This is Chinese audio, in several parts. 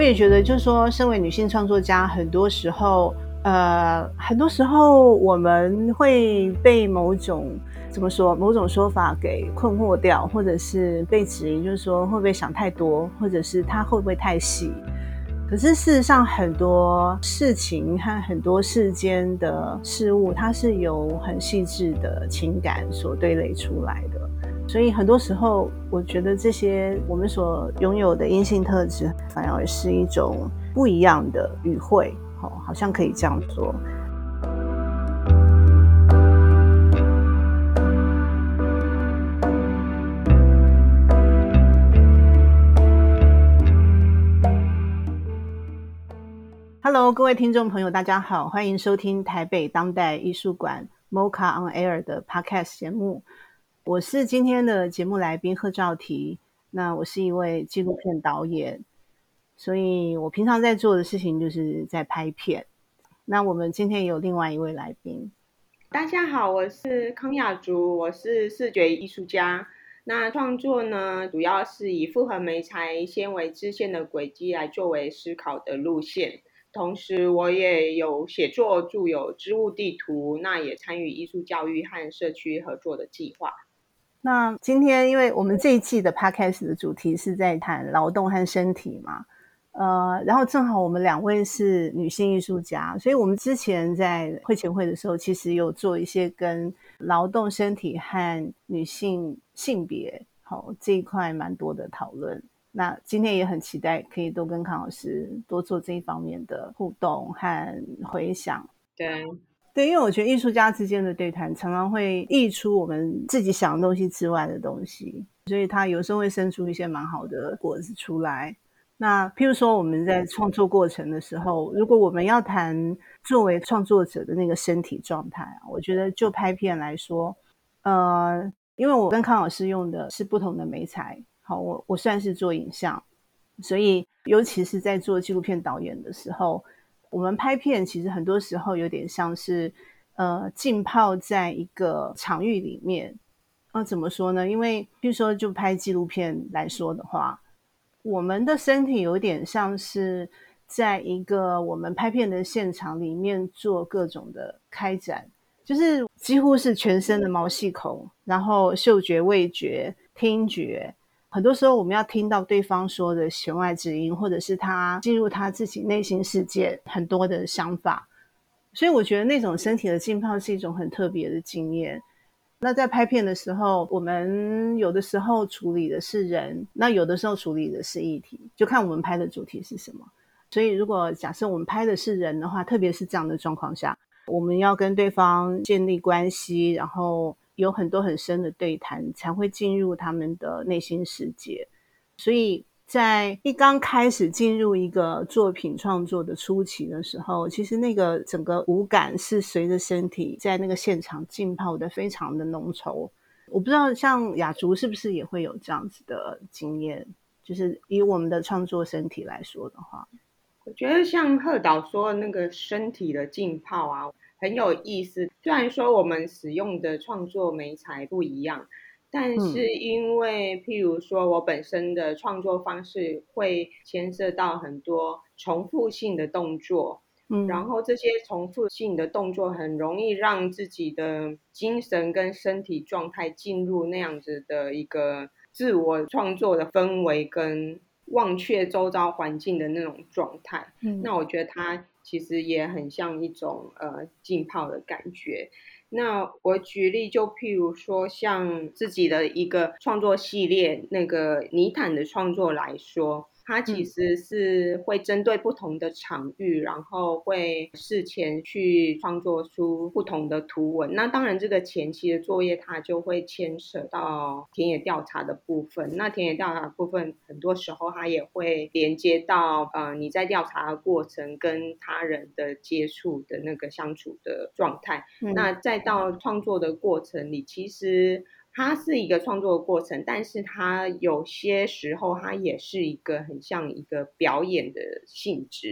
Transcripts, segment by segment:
也觉得就是说身为女性创作家，很多时候我们会被某种说法给困惑掉，或者是被质疑，就是说会不会想太多，或者是它会不会太细。可是事实上很多事情和很多世间的事物，它是由很细致的情感所堆垒出来的，所以很多时候我觉得这些我们所拥有的阴性特质反而是一种不一样的语汇，好像可以这样说。Hello， 各位听众朋友，大家好，欢迎收听台北当代艺术馆 MoCA on Air 的 Podcast 节目。我是今天的节目来宾贺兆提，那我是一位纪录片导演，所以我平常在做的事情就是在拍片。那我们今天也有另外一位来宾。 大家好，我是康雅竹，我是视觉艺术家。那创作呢，主要是以复合媒材纤维织线的轨迹来作为思考的路线。同时，我也有写作著有织物地图，那也参与艺术教育和社区合作的计划。 那今天因为我们这一季的 Podcast 的主题是在谈劳动和身体嘛，然后正好我们两位是女性艺术家，所以我们之前在会前会的时候，其实有做一些跟劳动、身体和女性性别这一块蛮多的讨论。那今天也很期待可以多跟康老师多做这一方面的互动和回想。对，因为我觉得艺术家之间的对谈常常会溢出我们自己想的东西之外的东西，所以它有时候会生出一些蛮好的果子出来。那譬如说我们在创作过程的时候，如果我们要谈作为创作者的那个身体状态，我觉得就拍片来说，因为我跟康老师用的是不同的媒材，好，我算是做影像，所以尤其是在做纪录片导演的时候，我们拍片其实很多时候有点像是浸泡在一个场域里面。怎么说呢？因为譬如说就拍纪录片来说的话，我们的身体有点像是在一个我们拍片的现场里面做各种的开展，就是几乎是全身的毛细孔，然后嗅觉、味觉、听觉，很多时候我们要听到对方说的弦外之音，或者是他进入他自己内心世界很多的想法，所以我觉得那种身体的浸泡是一种很特别的经验。那在拍片的时候，我们有的时候处理的是人，那有的时候处理的是议题，就看我们拍的主题是什么。所以如果假设我们拍的是人的话，特别是这样的状况下，我们要跟对方建立关系，然后有很多很深的对谈，才会进入他们的内心世界。所以在一刚开始进入一个作品创作的初期的时候，其实那个整个五感是随着身体在那个现场浸泡的非常的浓稠。我不知道像雅竹是不是也会有这样子的经验，就是以我们的创作身体来说的话。 我觉得像贺导说的那个身体的浸泡啊，很有意思。虽然说我们使用的创作媒材不一样，但是因为譬如说我本身的创作方式会牵涉到很多重复性的动作，然后这些重复性的动作很容易让自己的精神跟身体状态进入那样子的一个自我创作的氛围跟忘却周遭环境的那种状态。那我觉得它其实也很像一种浸泡的感觉。那我举例，就譬如说像自己的一个创作系列，那个泥毯的创作来说，它其实是会针对不同的场域，然后会事前去创作出不同的图文。那当然这个前期的作业它就会牵扯到田野调查的部分，那田野调查的部分很多时候它也会连接到你在调查的过程跟他人的接触的那个相处的状态。那再到创作的过程里，其实它是一个创作的过程，但是它有些时候它也是一个很像一个表演的性质。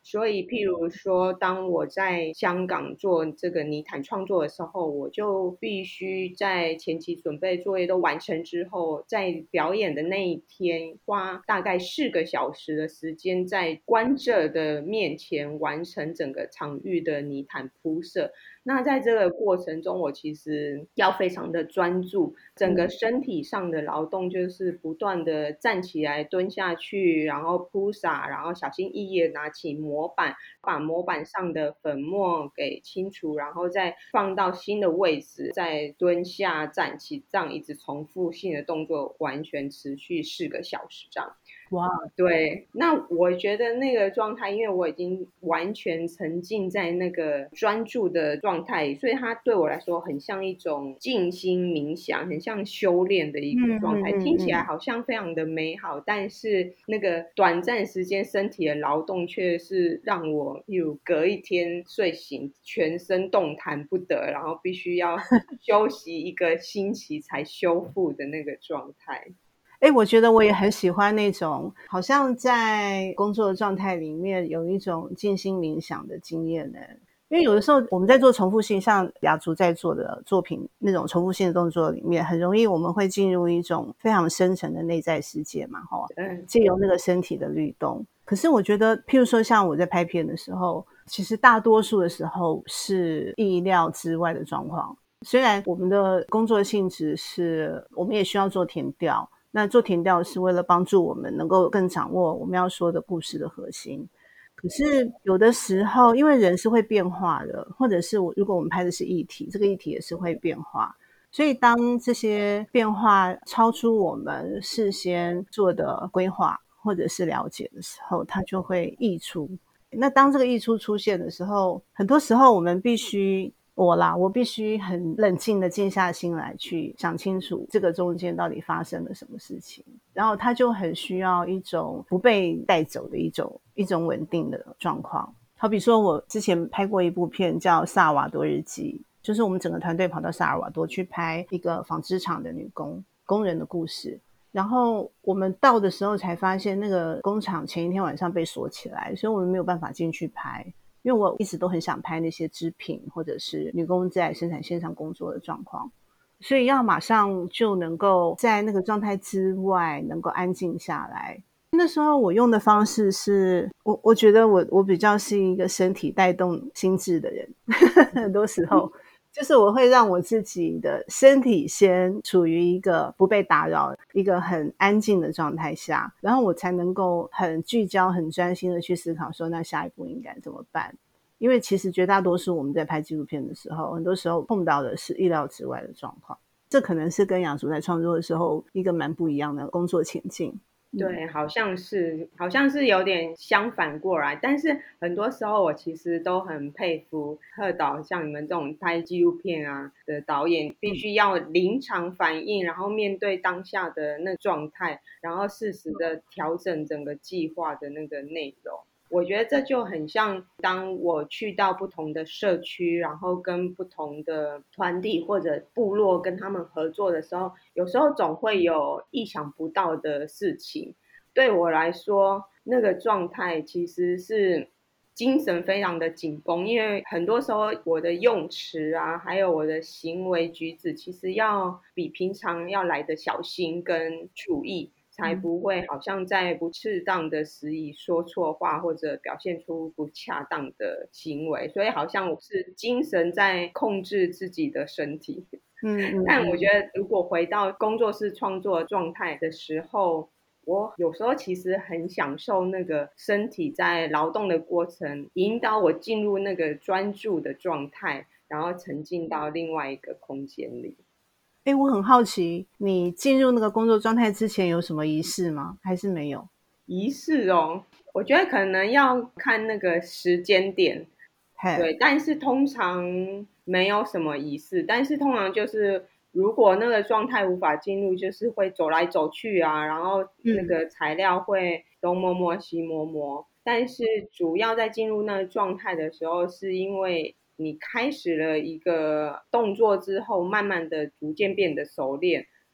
所以譬如说当我在香港做这个泥毯创作的时候，我就必须在前期准备作业都完成之后，在表演的那一天花大概4个小时的时间在观者的面前完成整个场域的泥毯铺设。那在这个过程中，我其实要非常的专注，整个身体上的劳动就是不断的站起来、蹲下去，然后铺洒，然后小心翼翼的拿起模板，把模板上的粉末给清除，然后再放到新的位置，再蹲下、站起，这样一直重复性的动作，完全持续4个小时这样。 哇， 对，那我觉得那个状态，因为我已经完全沉浸在那个专注的状态，所以它对我来说很像一种静心冥想，很像修炼的一个状态。听起来好像非常的美好，但是那个短暂时间身体的劳动却是让我，例如隔一天睡醒，全身动弹不得，然后必须要休息一个星期才修复的那个状态。 我觉得我也很喜欢那种好像在工作的状态里面有一种静心冥想的经验呢。因为有的时候我们在做重复性，像雅竹在做的作品那种重复性的动作里面，很容易我们会进入一种非常深层的内在世界嘛，借由那个身体的律动。可是我觉得譬如说像我在拍片的时候，其实大多数的时候是意料之外的状况。虽然我们的工作性质是我们也需要做田调，那做田调是为了帮助我们能够更掌握我们要说的故事的核心。可是有的时候因为人是会变化的，或者是如果我们拍的是议题，这个议题也是会变化，所以当这些变化超出我们事先做的规划或者是了解的时候，它就会溢出。那当这个溢出出现的时候，很多时候我们必须我必须很冷静的静下心来去想清楚这个中间到底发生了什么事情，然后他就很需要一种不被带走的一种稳定的状况。好比说我之前拍过一部片叫《萨尔瓦多日记》，就是我们整个团队跑到萨尔瓦多去拍一个纺织厂的工人的故事，然后我们到的时候才发现那个工厂前一天晚上被锁起来，所以我们没有办法进去拍。因为我一直都很想拍那些织品或者是女工在生产线上工作的状况，所以要马上就能够在那个状态之外能够安静下来。那时候我用的方式是我觉得我比较是一个身体带动心智的人很多时候就是我会让我自己的身体先处于一个不被打扰一个很安静的状态下，然后我才能够很聚焦很专心的去思考说那下一步应该怎么办。因为其实绝大多数我们在拍纪录片的时候，很多时候碰到的是意料之外的状况，这可能是跟雅竹在创作的时候一个蛮不一样的工作情境。 对，好像是有点相反过来，但是很多时候我其实都很佩服贺导，像你们这种拍纪录片啊的导演，必须要临场反应，然后面对当下的那状态，然后适时的调整整个计划的那个内容。我觉得这就很像当我去到不同的社区，然后跟不同的团体或者部落跟他们合作的时候，有时候总会有意想不到的事情。对我来说，那个状态其实是精神非常的紧绷，因为很多时候我的用词啊，还有我的行为举止，其实要比平常要来的小心跟注意，才不会好像在不适当的时宜说错话，或者表现出不恰当的行为，所以好像我是精神在控制自己的身体。但我觉得如果回到工作室创作状态的时候，我有时候其实很享受那个身体在劳动的过程，引导我进入那个专注的状态，然后沉浸到另外一个空间里。 我很好奇你进入那个工作状态之前有什么仪式吗？还是没有？ 仪式哦，我觉得可能要看那个时间点，对，但是通常没有什么仪式，但是通常就是如果那个状态无法进入，就是会走来走去啊，然后那个材料会东摸摸西摸摸，但是主要在进入那个状态的时候，是因为你开始了一个动作之后，慢慢的逐渐变得熟练，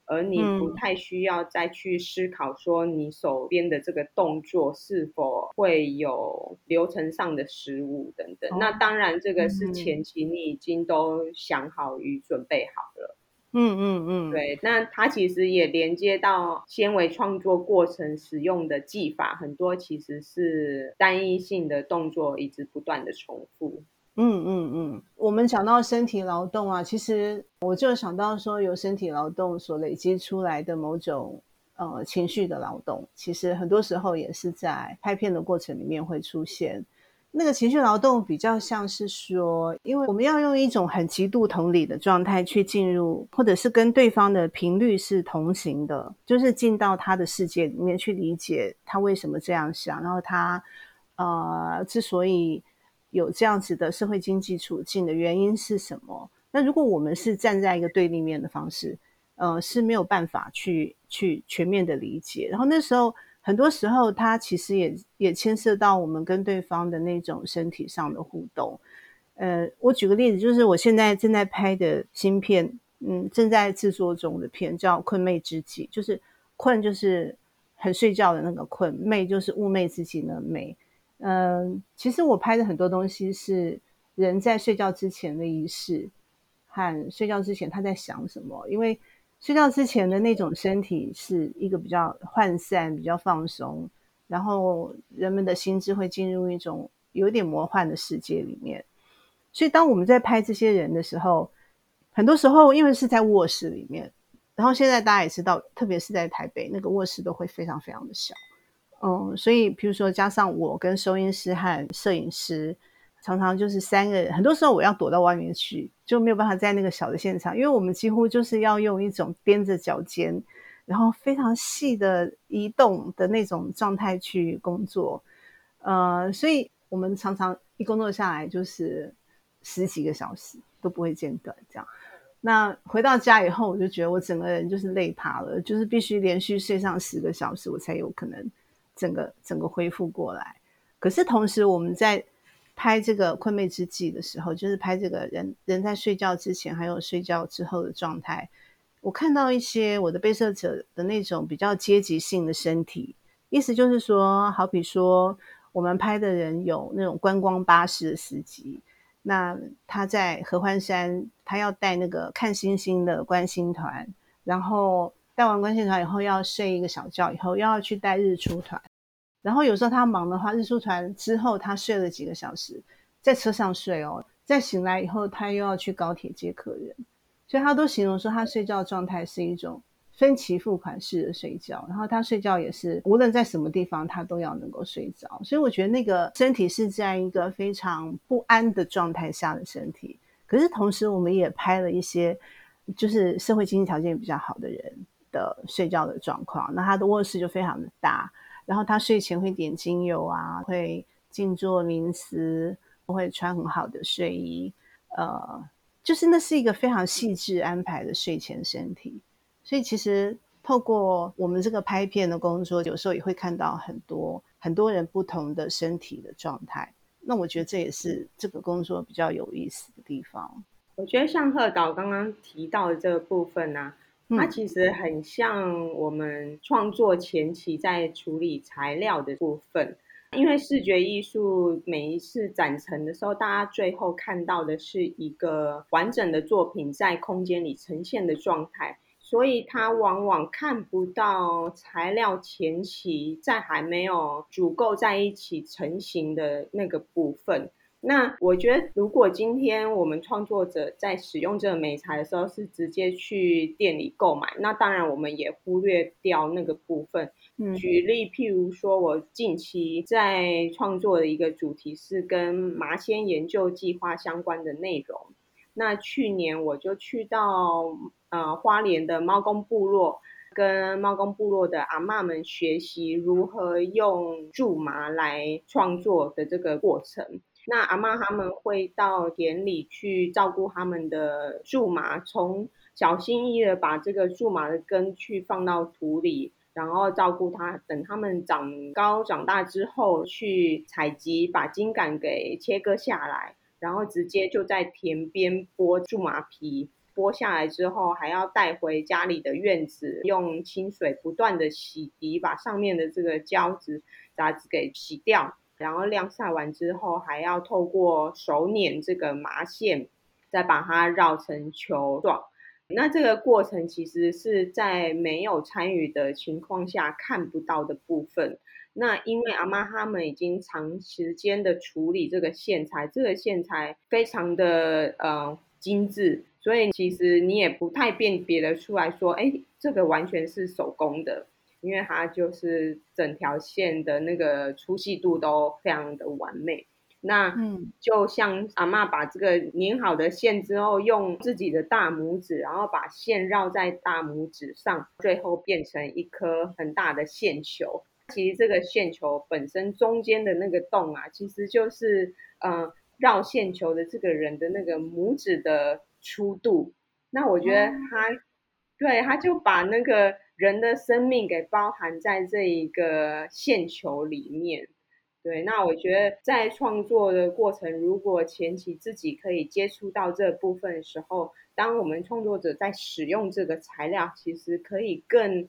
而你不嗯太需要再去思考说你手边的这个动作是否会有流程上的失误等等。那哦当然，这个是嗯前期你已经都想好与准备好了。 嗯嗯嗯对，那它其实也连接到纤维创作过程使用的技法，很多其实是单一性的动作，一直不断的重复。 我们讲到身体劳动啊，其实我就想到说，由身体劳动所累积出来的某种情绪的劳动，其实很多时候也是在拍片的过程里面会出现。那个情绪劳动比较像是说，因为我们要用一种很极度同理的状态去进入，或者是跟对方的频率是同行的，就是进到他的世界里面去理解他为什么这样想，然后他之所以有这样子的社会经济处境的原因是什么？那如果我们是站在一个对立面的方式，是没有办法去全面的理解。然后那时候很多时候，它其实也牵涉到我们跟对方的那种身体上的互动。我举个例子，就是我现在正在拍的新片，正在制作中的片叫《困寐之际》，就是困就是很睡觉的那个困，寐就是寤寐之际的寐。其实我拍的很多东西是人在睡觉之前的仪式，和睡觉之前他在想什么。因为睡觉之前的那种身体是一个比较涣散、比较放松，然后人们的心智会进入一种有点魔幻的世界里面。所以当我们在拍这些人的时候，很多时候因为是在卧室里面，然后现在大家也知道，特别是在台北，那个卧室都会非常非常的小。所以比如说加上我跟收音师和摄影师，常常就是三个人，很多时候我要躲到外面去，就没有办法在那个小的现场，因为我们几乎就是要用一种踮着脚尖，然后非常细的移动的那种状态去工作。所以我们常常一工作下来就是十几个小时都不会间断这样。那回到家以后，我就觉得我整个人就是累趴了，就是必须连续睡上10个小时，我才有可能整个恢复过来。可是同时，我们在拍这个困寐之际的时候，就是拍这个人在睡觉之前还有睡觉之后的状态，我看到一些我的被摄者的那种比较阶级性的身体，意思就是说，好比说我们拍的人有那种观光巴士的司机，那他在合欢山，他要带那个看星星的观星团，然后带完观星团以后要睡一个小觉，以后又要去带日出团，然后有时候他忙的话，日出团之后他睡了几个小时，在车上睡哦，再醒来以后他又要去高铁接客人，所以他都形容说他睡觉的状态是一种分期付款式的睡觉，然后他睡觉也是无论在什么地方他都要能够睡着，所以我觉得那个身体是在一个非常不安的状态下的身体。可是同时我们也拍了一些就是社会经济条件比较好的人的睡觉的状况，那他的卧室就非常的大，然后他睡前会点精油啊，会静坐冥思，会穿很好的睡衣，就是那是一个非常细致安排的睡前身体。所以其实透过我们这个拍片的工作，有时候也会看到很多人不同的身体的状态。那我觉得这也是这个工作比较有意思的地方。 我觉得像贺导刚刚提到的这个部分啊，它嗯其实很像我们创作前期在处理材料的部分。因为视觉艺术每一次展陈的时候，大家最后看到的是一个完整的作品在空间里呈现的状态，所以它往往看不到材料前期在还没有足够在一起成型的那个部分。那我觉得，如果今天我们创作者在使用这个媒材的时候是直接去店里购买，那当然我们也忽略掉那个部分。 嗯举例，譬如说，我近期在创作的一个主题是跟麻仙研究计划相关的内容。那去年我就去到花莲的猫公部落，跟猫公部落的阿嬷们学习如何用苎麻来创作的这个过程。那阿嬷他们会到田里去照顾他们的苎麻，从小心翼翼的把这个苎麻的根去放到土里，然后照顾它，等它们长高长大之后去采集，把茎秆给切割下来，然后直接就在田边剥苎麻皮。 剥下来之后还要带回家里的院子，用清水不断的洗涤，把上面的这个胶质杂质给洗掉，然后晾晒完之后还要透过手捻这个麻线再把它绕成球状。那这个过程其实是在没有参与的情况下看不到的部分。那因为阿嬷他们已经长时间的处理这个线材，这个线材非常的精致，所以其实你也不太辨别得出来说，哎，这个完全是手工的，因为它就是整条线的那个粗细度都非常的完美。那就像阿嬷把这个拧好的线之后，用自己的大拇指，然后把线绕在大拇指上，最后变成一颗很大的线球。其实这个线球本身中间的那个洞啊，其实就是绕线球的这个人的那个拇指的粗度。那我觉得他就把那个人的生命给包含在这一个线球里面。对，那我觉得在创作的过程，如果前期自己可以接触到这部分的时候，当我们创作者在使用这个材料，其实可以更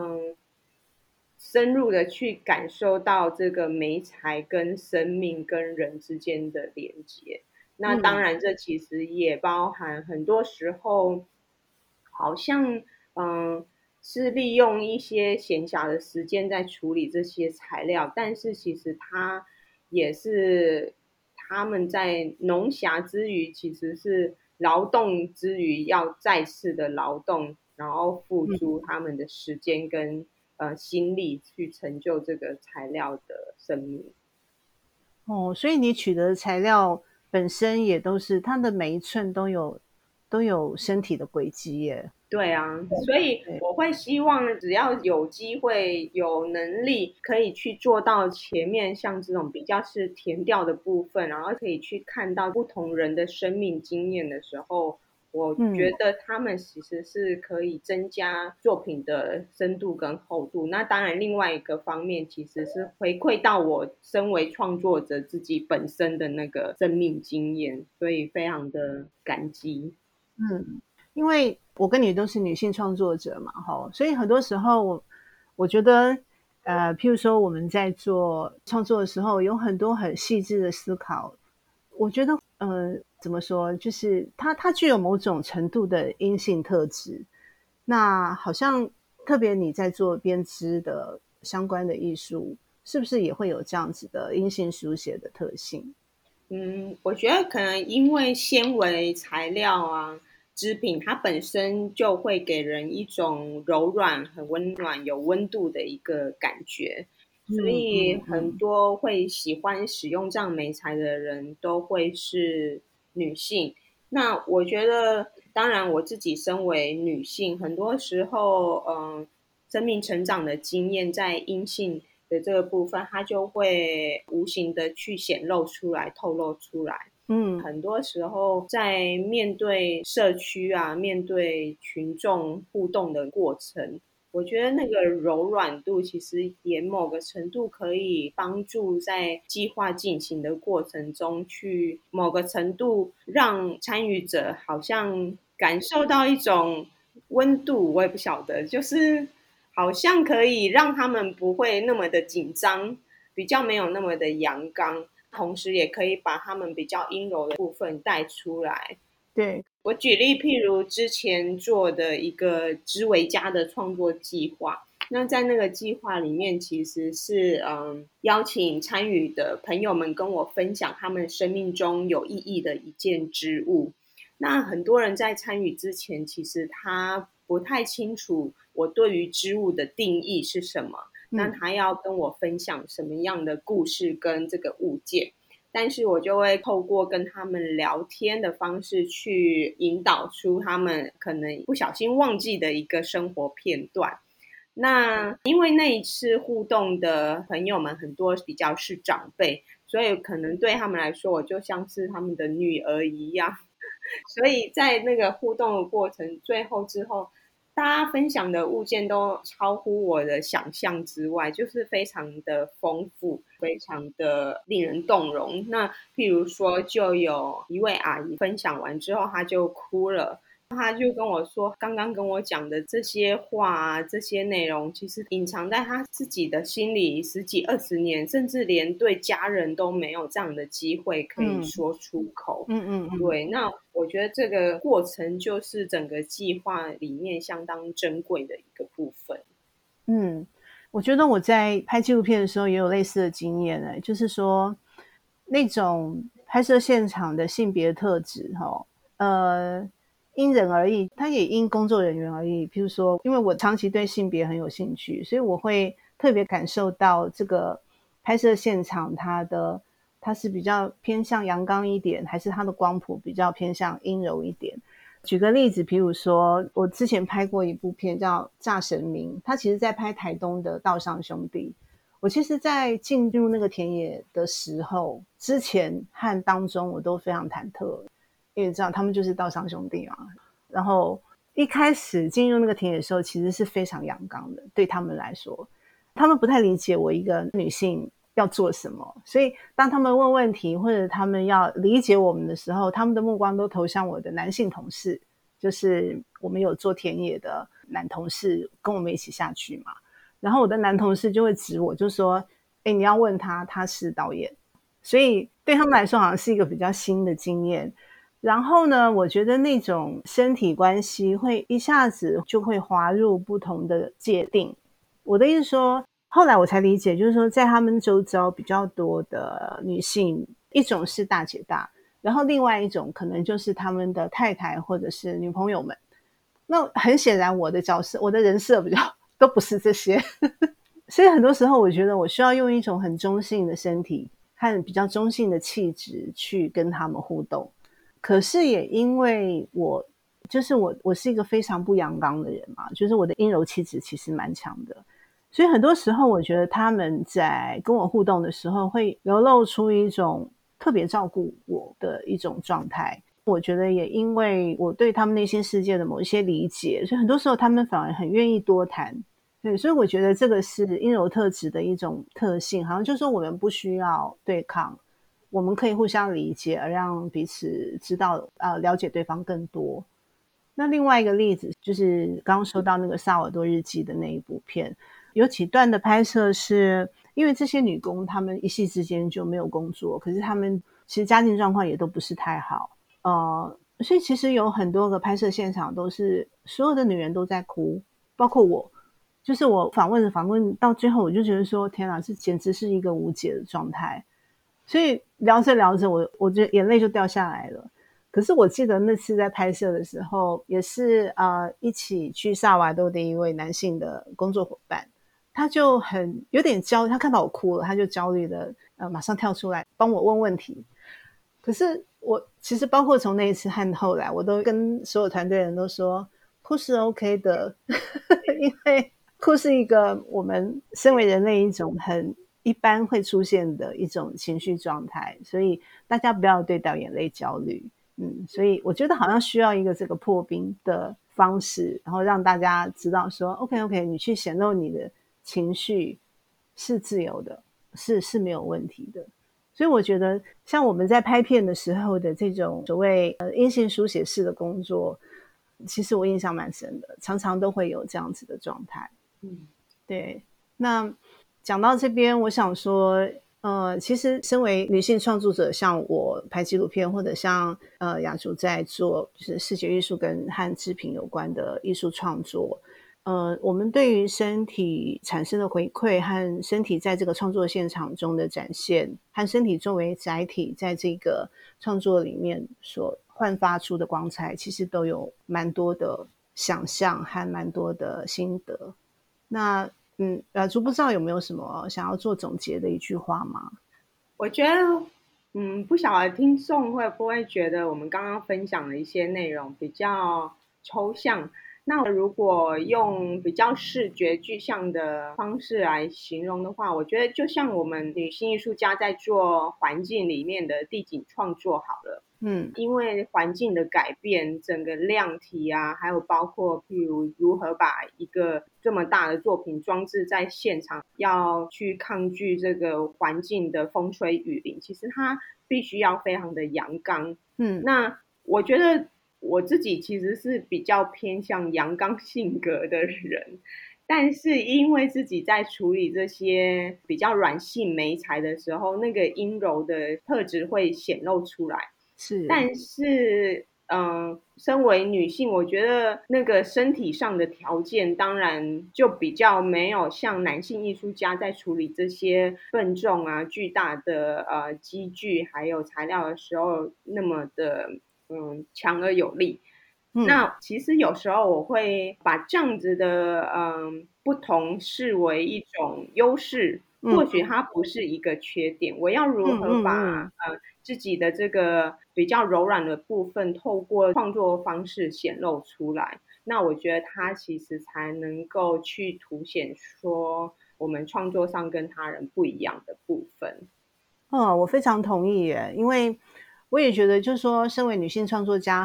深入的去感受到这个媒材跟生命跟人之间的连接。那当然，这其实也包含很多时候，好像是利用一些闲暇的时间在处理这些材料，但是其实它也是他们在农暇之余，其实是劳动之余要再次的劳动，然后付诸他们的时间跟心力去成就这个材料的生命。 哦，所以你取得的材料本身也都是它的每一寸都有身体的轨迹耶。 对啊，所以我会希望只要有机会、有能力，可以去做到前面像这种比较是填调的部分，然后可以去看到不同人的生命经验的时候，我觉得他们其实是可以增加作品的深度跟厚度。那当然，另外一个方面其实是回馈到我身为创作者自己本身的那个生命经验，所以非常的感激。 因为我跟你都是女性创作者嘛，所以很多时候我觉得，譬如说我们在做创作的时候，有很多很细致的思考。我觉得，怎么说，就是它具有某种程度的阴性特质。那好像特别你在做编织的相关的艺术，是不是也会有这样子的阴性书写的特性？ 我觉得可能因为纤维材料啊，织品它本身就会给人一种柔软、很温暖、有温度的一个感觉，所以很多会喜欢使用这样媒材的人都会是女性。那我觉得，当然我自己身为女性，很多时候，生命成长的经验在阴性的这个部分，它就会无形的去显露出来、透露出来。很多时候在面对社区啊、面对群众互动的过程，我觉得那个柔软度其实也某个程度可以帮助在计划进行的过程中，去某个程度让参与者好像感受到一种温度，我也不晓得，就是好像可以让他们不会那么的紧张，比较没有那么的阳刚，同时也可以把他们比较阴柔的部分带出来。 对， 我举例，譬如之前做的一个织维家的创作计划，那在那个计划里面，其实是邀请参与的朋友们跟我分享他们生命中有意义的一件织物。那很多人在参与之前，其实他不太清楚我对于织物的定义是什么，那他要跟我分享什么样的故事跟这个物件。但是我就会透过跟他们聊天的方式去引导出他们可能不小心忘记的一个生活片段。那因为那一次互动的朋友们很多比较是长辈，所以可能对他们来说我就像是他们的女儿一样，所以在那个互动的过程最后之后，大家分享的物件都超乎我的想象之外，就是非常的丰富，非常的令人动容。那譬如说，就有一位阿姨分享完之后，她就哭了。 他就跟我说，刚刚跟我讲的这些话啊，这些内容，其实隐藏在他自己的心里十几20年，甚至连对家人都没有这样的机会可以说出口。对，那我觉得这个过程就是整个计划里面相当珍贵的一个部分。 我觉得我在拍纪录片的时候也有类似的经验，就是说那种拍摄现场的性别特质因人而异，它也因工作人员而异。譬如说，因为我长期对性别很有兴趣，所以我会特别感受到这个拍摄现场它是比较偏向阳刚一点，还是它的光谱比较偏向阴柔一点。举个例子，譬如说我之前拍过一部片叫《炸神明》，它其实在拍台东的道上兄弟。我其实在进入那个田野的时候，之前和当中我都非常忐忑，因为知道他们就是道上兄弟嘛。然后一开始进入那个田野的时候，其实是非常阳刚的，对他们来说，他们不太理解我一个女性要做什么，所以当他们问问题或者他们要理解我们的时候，他们的目光都投向我的男性同事，就是我们有做田野的男同事跟我们一起下去嘛。然后我的男同事就会指我，就说你要问他，他是导演。所以对他们来说好像是一个比较新的经验。然后呢，我觉得那种身体关系会一下子就会滑入不同的界定。我的意思说，后来我才理解，就是说在他们周遭比较多的女性，一种是大姐大，然后另外一种可能就是他们的太太或者是女朋友们。那很显然我的角色，我的人设比较都不是这些。所以很多时候我觉得我需要用一种很中性的身体和比较中性的气质去跟他们互动。可是也因为我是一个非常不阳刚的人嘛，就是我的阴柔气质其实蛮强的，所以很多时候我觉得他们在跟我互动的时候会流露出一种特别照顾我的一种状态。我觉得也因为我对他们内心世界的某一些理解，所以很多时候他们反而很愿意多谈。对，所以我觉得这个是阴柔特质的一种特性，好像就是说我们不需要对抗，我们可以互相理解，而让彼此知道了解对方更多。那另外一个例子就是刚刚说到那个萨尔多日记的那一部片，有几段的拍摄是因为这些女工她们一夕之间就没有工作，可是她们其实家境状况也都不是太好，所以其实有很多个拍摄现场都是所有的女人都在哭，包括我。就是我访问到最后，我就觉得说天哪，这简直是一个无解的状态。所以聊着聊着，我觉得眼泪就掉下来了。可是我记得那次在拍摄的时候，也是一起去萨瓦多的一位男性的工作伙伴，他就很有点焦虑，他看到我哭了，他就焦虑的马上跳出来帮我问问题。可是我其实包括从那一次和后来，我都跟所有团队人都说，哭是 OK 的，因为哭是一个我们身为人类一种很一般会出现的一种情绪状态，所以大家不要对到眼泪焦虑。所以我觉得好像需要一个这个破冰的方式，然后让大家知道说 OK， 你去显露你的情绪是自由的，是没有问题的。所以我觉得像我们在拍片的时候的这种所谓阴性书写式的工作，其实我印象蛮深的，常常都会有这样子的状态。对。那讲到这边，我想说其实身为女性创作者，像我拍纪录片，或者像雅竹在做就是视觉艺术和制品有关的艺术创作，我们对于身体产生的回馈和身体在这个创作现场中的展现，和身体作为载体在这个创作里面所焕发出的光彩，其实都有蛮多的想象和蛮多的心得。那竹不知道有没有什么想要做总结的一句话吗？ 我觉得，不晓得听众会不会觉得我们刚刚分享的一些内容比较抽象？那如果用比较视觉具象的方式来形容的话，我觉得就像我们女性艺术家在做环境里面的地景创作好了。因为环境的改变，整个量体啊，还有包括譬如如何把一个这么大的作品装置在现场，要去抗拒这个环境的风吹雨淋，其实它必须要非常的阳刚。那我觉得我自己其实是比较偏向阳刚性格的人，但是因为自己在处理这些比较软性媒材的时候，那个阴柔的特质会显露出来。 是， 但是，身为女性，我觉得那个身体上的条件，当然就比较没有像男性艺术家在处理这些笨重啊、巨大的机具还有材料的时候那么的强而有力。那其实有时候我会把这样子的不同视为一种优势，或许它不是一个缺点。我要如何把自己的这个比较柔软的部分，透过创作方式显露出来？那我觉得它其实才能够去凸显说我们创作上跟他人不一样的部分。 我非常同意耶，因为我也觉得，就是说，身为女性创作家，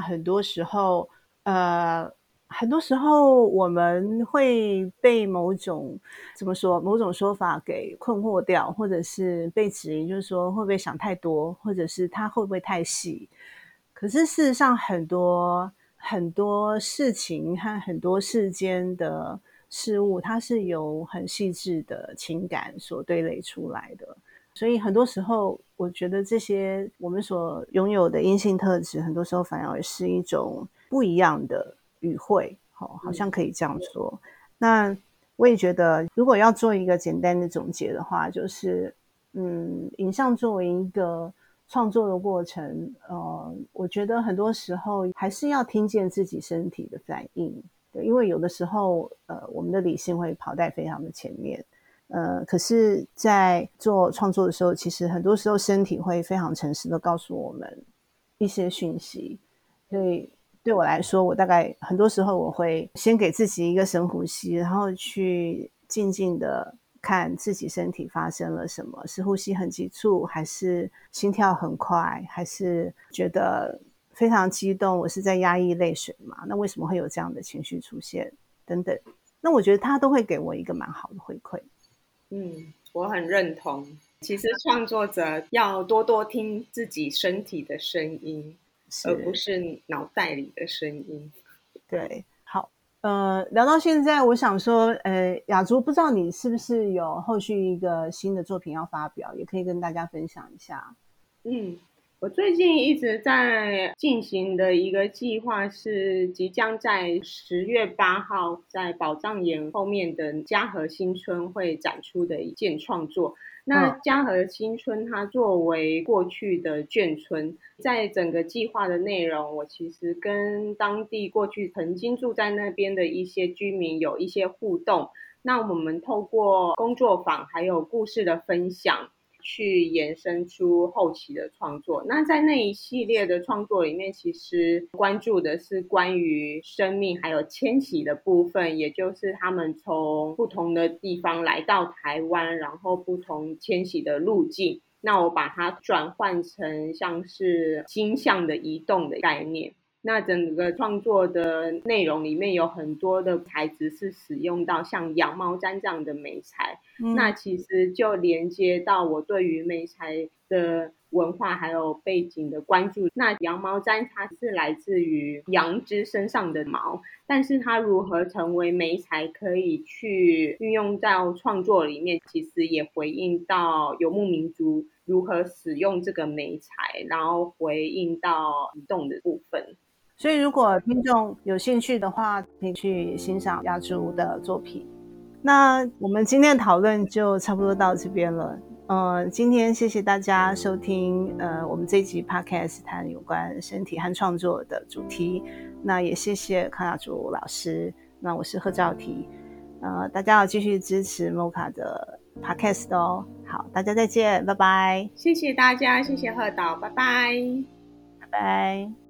呃，很多时候我们会被怎么说，某种说法给困惑掉，或者是被质疑，就是说会不会想太多，或者是它会不会太细？可是事实上，很多事情和很多世间的事物，它是由很细致的情感所堆垒出来的。所以很多时候，我觉得这些我们所拥有的阴性特质，很多时候反而是一种不一样的语汇，好像可以这样说。那我也觉得，如果要做一个简单的总结的话，就是，影像作为一个创作的过程，我觉得很多时候还是要听见自己身体的反应，对，因为有的时候，我们的理性会跑在非常的前面。可是在做创作的时候，其实很多时候身体会非常诚实的告诉我们一些讯息。所以对我来说，我大概很多时候我会先给自己一个深呼吸，然后去静静的看自己身体发生了什么，是呼吸很急促，还是心跳很快，还是觉得非常激动，我是在压抑泪水嘛？那为什么会有这样的情绪出现？等等，那我觉得他都会给我一个蛮好的回馈。 我很认同。其实创作者要多多听自己身体的声音，而不是， 是脑袋里的声音。 对，好，聊到现在，我想说，雅竹，不知道你是不是有后续一个新的作品要发表，也可以跟大家分享一下。 嗯，我最近一直在进行的一个计划是，即将在10月8号在宝藏岩后面的嘉禾新村会展出的一件创作。那嘉禾新村它作为过去的眷村，在整个计划的内容，我其实跟当地过去曾经住在那边的一些居民有一些互动。那我们透过工作坊还有故事的分享，去延伸出后期的创作。那在那一系列的创作里面，其实关注的是关于生命还有迁徙的部分，也就是他们从不同的地方来到台湾，然后不同迁徙的路径。那我把它转换成像是星象的移动的概念。那整个创作的内容里面有很多的材质是使用到像羊毛毡这样的媒材，那其实就连接到我对于媒材的文化还有背景的关注。那羊毛毡它是来自于羊只身上的毛，但是它如何成为媒材可以去运用到创作里面，其实也回应到游牧民族如何使用这个媒材，然后回应到移动的部分。 所以如果听众有兴趣的话，可以去欣赏雅竹的作品。那我们今天的讨论就差不多到这边了。今天谢谢大家收听我们这一集 podcast 谈有关身体和创作的主题。那也谢谢康雅竹老师。那我是贺兆提。大家要继续支持 MoCA 的 podcast 哦。好，大家再见，拜拜， 谢谢大家，谢谢贺导，拜拜。 拜拜。